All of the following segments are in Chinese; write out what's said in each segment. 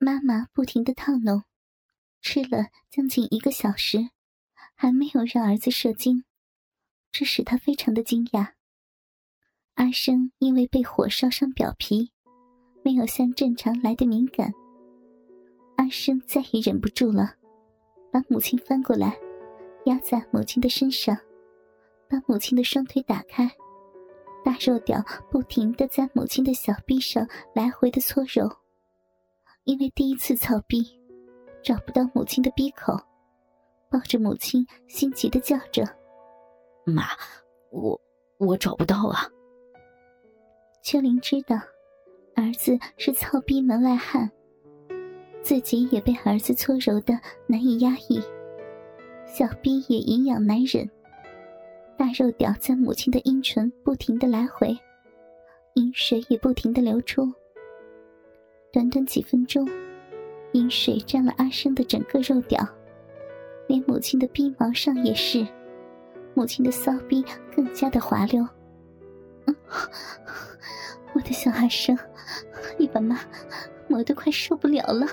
妈妈不停地套弄，吃了将近1个小时，还没有让儿子射精，这使他非常的惊讶。阿生因为被火烧伤表皮，没有像正常来的敏感。阿生再也忍不住了，把母亲翻过来，压在母亲的身上，把母亲的双腿打开，大肉屌不停地在母亲的小臂上来回的搓揉。因为第一次操逼，找不到母亲的逼口，抱着母亲心急地叫着： 妈，我找不到啊。 秋玲知道儿子是操逼门外汉，自己也被儿子搓揉得难以压抑，小逼也营养难忍，大肉屌在母亲的阴唇不停地来回，阴水也不停地流出。短短几分钟，阴水沾了阿生的整个肉屌，连母亲的逼毛上也是，母亲的骚逼更加的滑溜。我的小阿生，你把妈磨得快受不了了。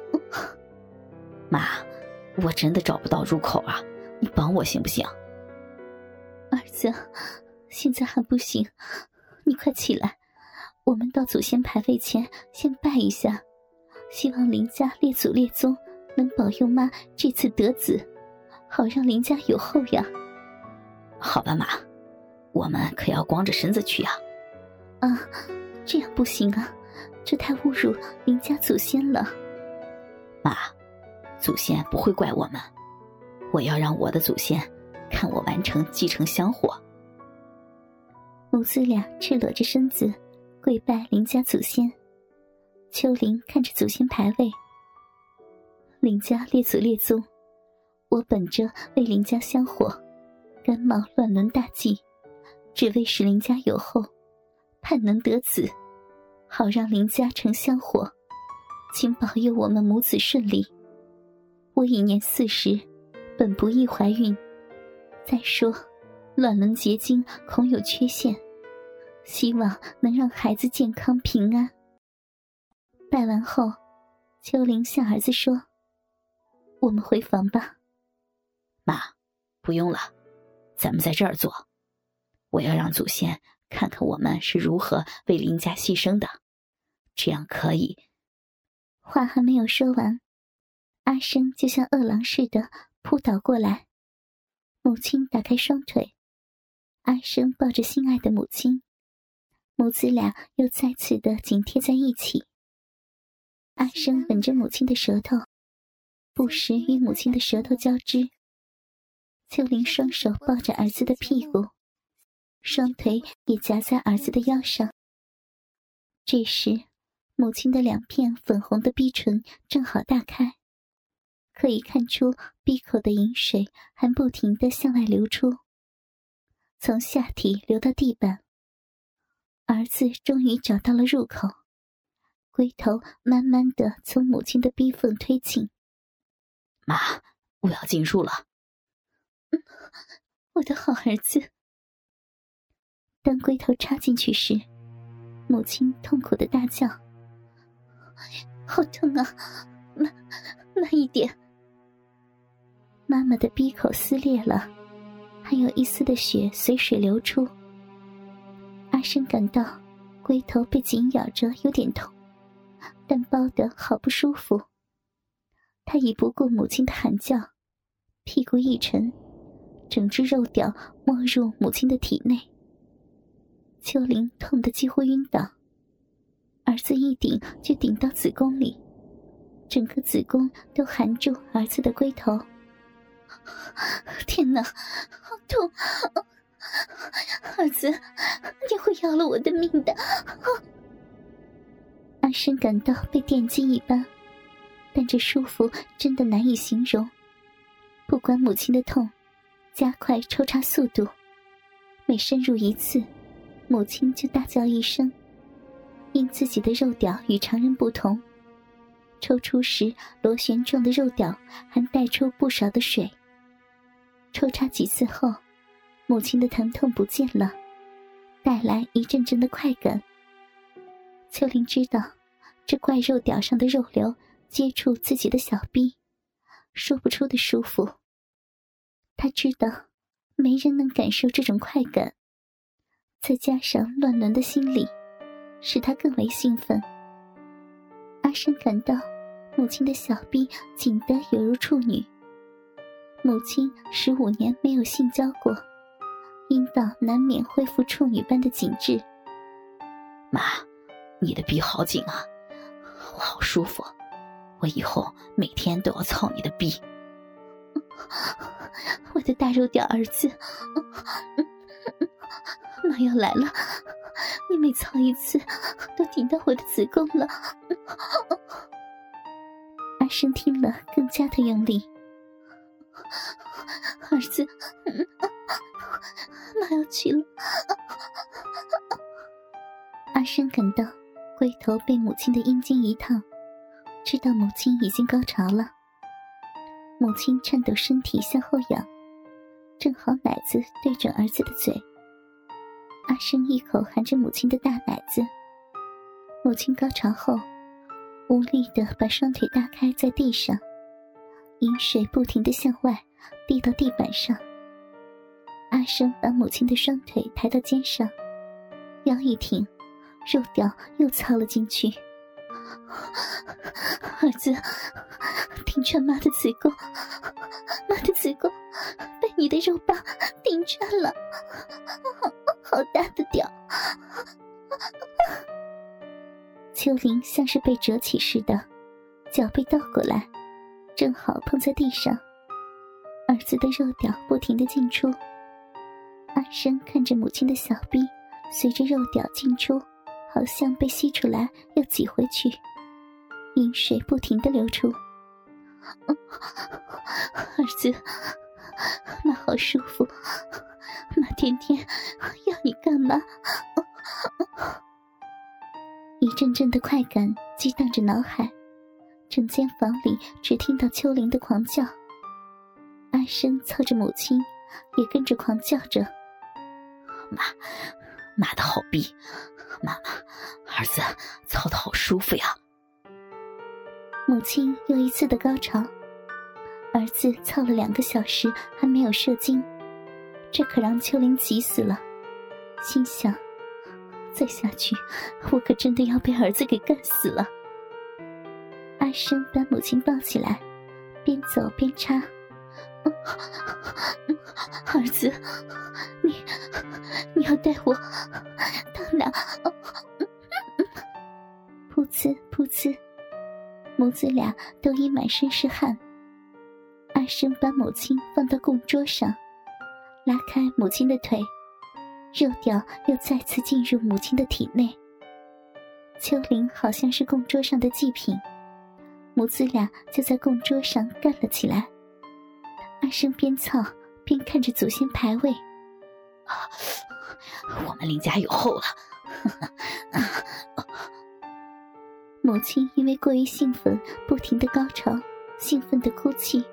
妈，我真的找不到入口啊，你帮我行不行？ 儿子，现在还不行，你快起来，我们到祖先牌位前先拜一下，希望林家列祖列宗能保佑妈这次得子，好让林家有后呀。 好吧妈，我们可要光着身子去啊。 啊，这样不行啊，这太侮辱林家祖先了。 妈，祖先不会怪我们，我要让我的祖先看我完成继承香火。 母子俩赤裸着身子跪拜林家祖先。秋玲看着祖先牌位，林家列祖列宗，我本着为林家香火，甘冒乱伦大忌，只为使林家有后，盼能得子，好让林家成香火，请保佑我们母子顺利。我已年40，本不宜怀孕，再说乱伦结晶恐有缺陷，希望能让孩子健康平安。拜完后，秋玲向儿子说：我们回房吧。 妈，不用了，咱们在这儿坐，我要让祖先看看我们是如何为林家牺牲的，这样可以。 话还没有说完，阿生就像饿狼似的扑倒过来。母亲打开双腿，阿生抱着心爱的母亲，母子俩又再次的紧贴在一起。阿生吻着母亲的舌头，不时与母亲的舌头交织。秋玲双手抱着儿子的屁股，双腿也夹在儿子的腰上。这时母亲的2片粉红的逼唇正好大开，可以看出闭口的饮水还不停地向外流出，从下体流到地板。儿子终于找到了入口，龟头慢慢地从母亲的逼缝推进。 妈，我要进入了。 我的好儿子。当龟头插进去时，母亲痛苦的大叫：好疼啊，慢一点。妈妈的逼口撕裂了，还有一丝的血随水流出。阿生感到龟头被紧咬着有点痛，但包得好不舒服。他已不顾母亲的喊叫，屁股一沉，整只肉屌没入母亲的体内。秋玲痛得几乎晕倒，儿子一顶就顶到子宫里，整个子宫都含住儿子的龟头。天哪，好痛！儿子，你会要了我的命的！阿生感到被电击一般，但这舒服真的难以形容。不管母亲的痛，加快抽插速度，每深入一次，母亲就大叫一声。因自己的肉屌与常人不同，抽出时螺旋状的肉屌还带出不少的水。抽插几次后，母亲的疼痛不见了，带来一阵阵的快感。秋玲知道这怪肉屌上的肉瘤接触自己的小臂，说不出的舒服。他知道没人能感受这种快感，再加上乱伦的心理，使他更为兴奋。阿生感到母亲的小臂紧得犹如处女。母亲15年没有性交过，阴道难免恢复处女般的紧致。 妈，你的臂好紧啊，我好舒服，我以后每天都要操你的臂。 我的大肉屌儿子，妈要来了，你每操一次都顶到我的子宫了。阿生听了更加的用力。儿子，妈要去了。阿生感到龟头被母亲的阴茎一烫，知道母亲已经高潮了。母亲颤抖身体向后仰，正好奶子对准儿子的嘴。阿生一口含着母亲的大奶子。母亲高潮后无力地把双腿大开在地上，饮水不停地向外滴到地板上。阿生把母亲的双腿抬到肩上，腰一挺，肉屌又操了进去。儿子，顶穿妈的子宫，妈的子宫被你的肉棒顶穿了，好大的屌。秋玲像是被折起似的，脚被倒过来，正好碰在地上。儿子的肉屌不停地进出。阿生看着母亲的小臂随着肉屌进出，好像被吸出来又挤回去，饮水不停地流出。儿子，妈好舒服，妈天天要你干嘛？一阵阵的快感激荡着脑海，整间房里只听到秋玲的狂叫。阿生凑着母亲也跟着狂叫着。 妈的好逼，妈妈，儿子操得好舒服呀。 母亲又一次的高潮，儿子操了2个小时还没有射精，这可让秋玲急死了，心想再下去我可真的要被儿子给干死了。阿生把母亲抱起来，边走边插。儿子，你要带我到哪？噗呲噗呲，母子俩都已满身是汗。阿生把母亲放到供桌上，拉开母亲的腿，肉屌又再次进入母亲的体内。秋玲好像是供桌上的祭品，母子俩就在供桌上干了起来。阿生边操边看着祖先牌位。 我们林家有后了。 母亲因为过于兴奋不停的高潮，兴奋的哭泣。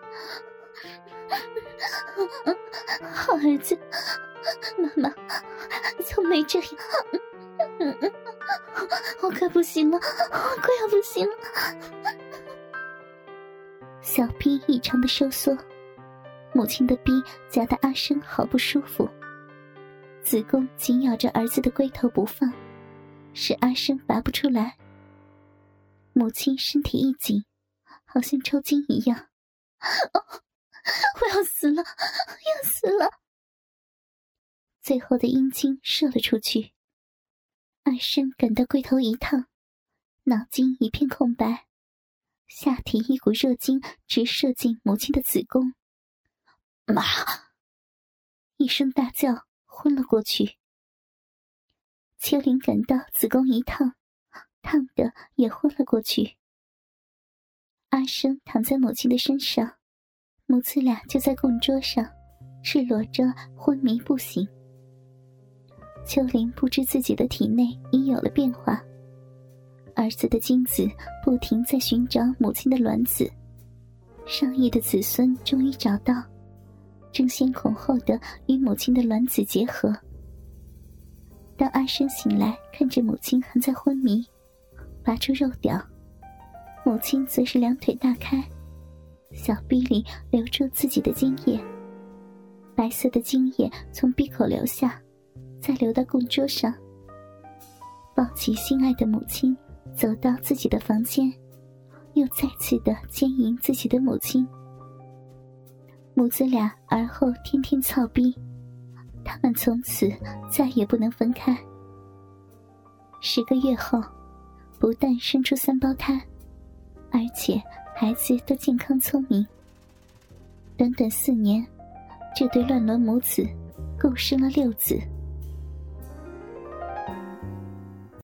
好儿子，妈妈从没这样。我快不行了，我快要不行了。小臂异常的收缩，母亲的臂夹得阿生好不舒服，子宫紧咬着儿子的龟头不放，使阿生拔不出来。母亲身体一紧，好像抽筋一样。我要死了，要死了。最后的阴茎射了出去，阿生感到龟头一烫，脑筋一片空白，下体一股热精直射进母亲的子宫。 妈！ 一声大叫，昏了过去。秋玲感到子宫一烫，烫得也昏了过去。阿生躺在母亲的身上，母子俩就在供桌上赤裸着昏迷不醒。秋玲不知自己的体内已有了变化，儿子的精子不停在寻找母亲的卵子，上亿的子孙终于找到，争先恐后的与母亲的卵子结合。当阿生醒来，看着母亲还在昏迷，拔出肉屌， 母亲则是两腿大开，小臂里流出自己的精液，白色的精液从鼻口流下，再流到供桌上。抱起心爱的母亲，走到自己的房间，又再次的奸淫自己的母亲。母子俩而后天天操逼，他们从此再也不能分开。10个月后，不但生出3胞胎，而且孩子都健康聪明。短短4年，这对乱伦母子共生了6子。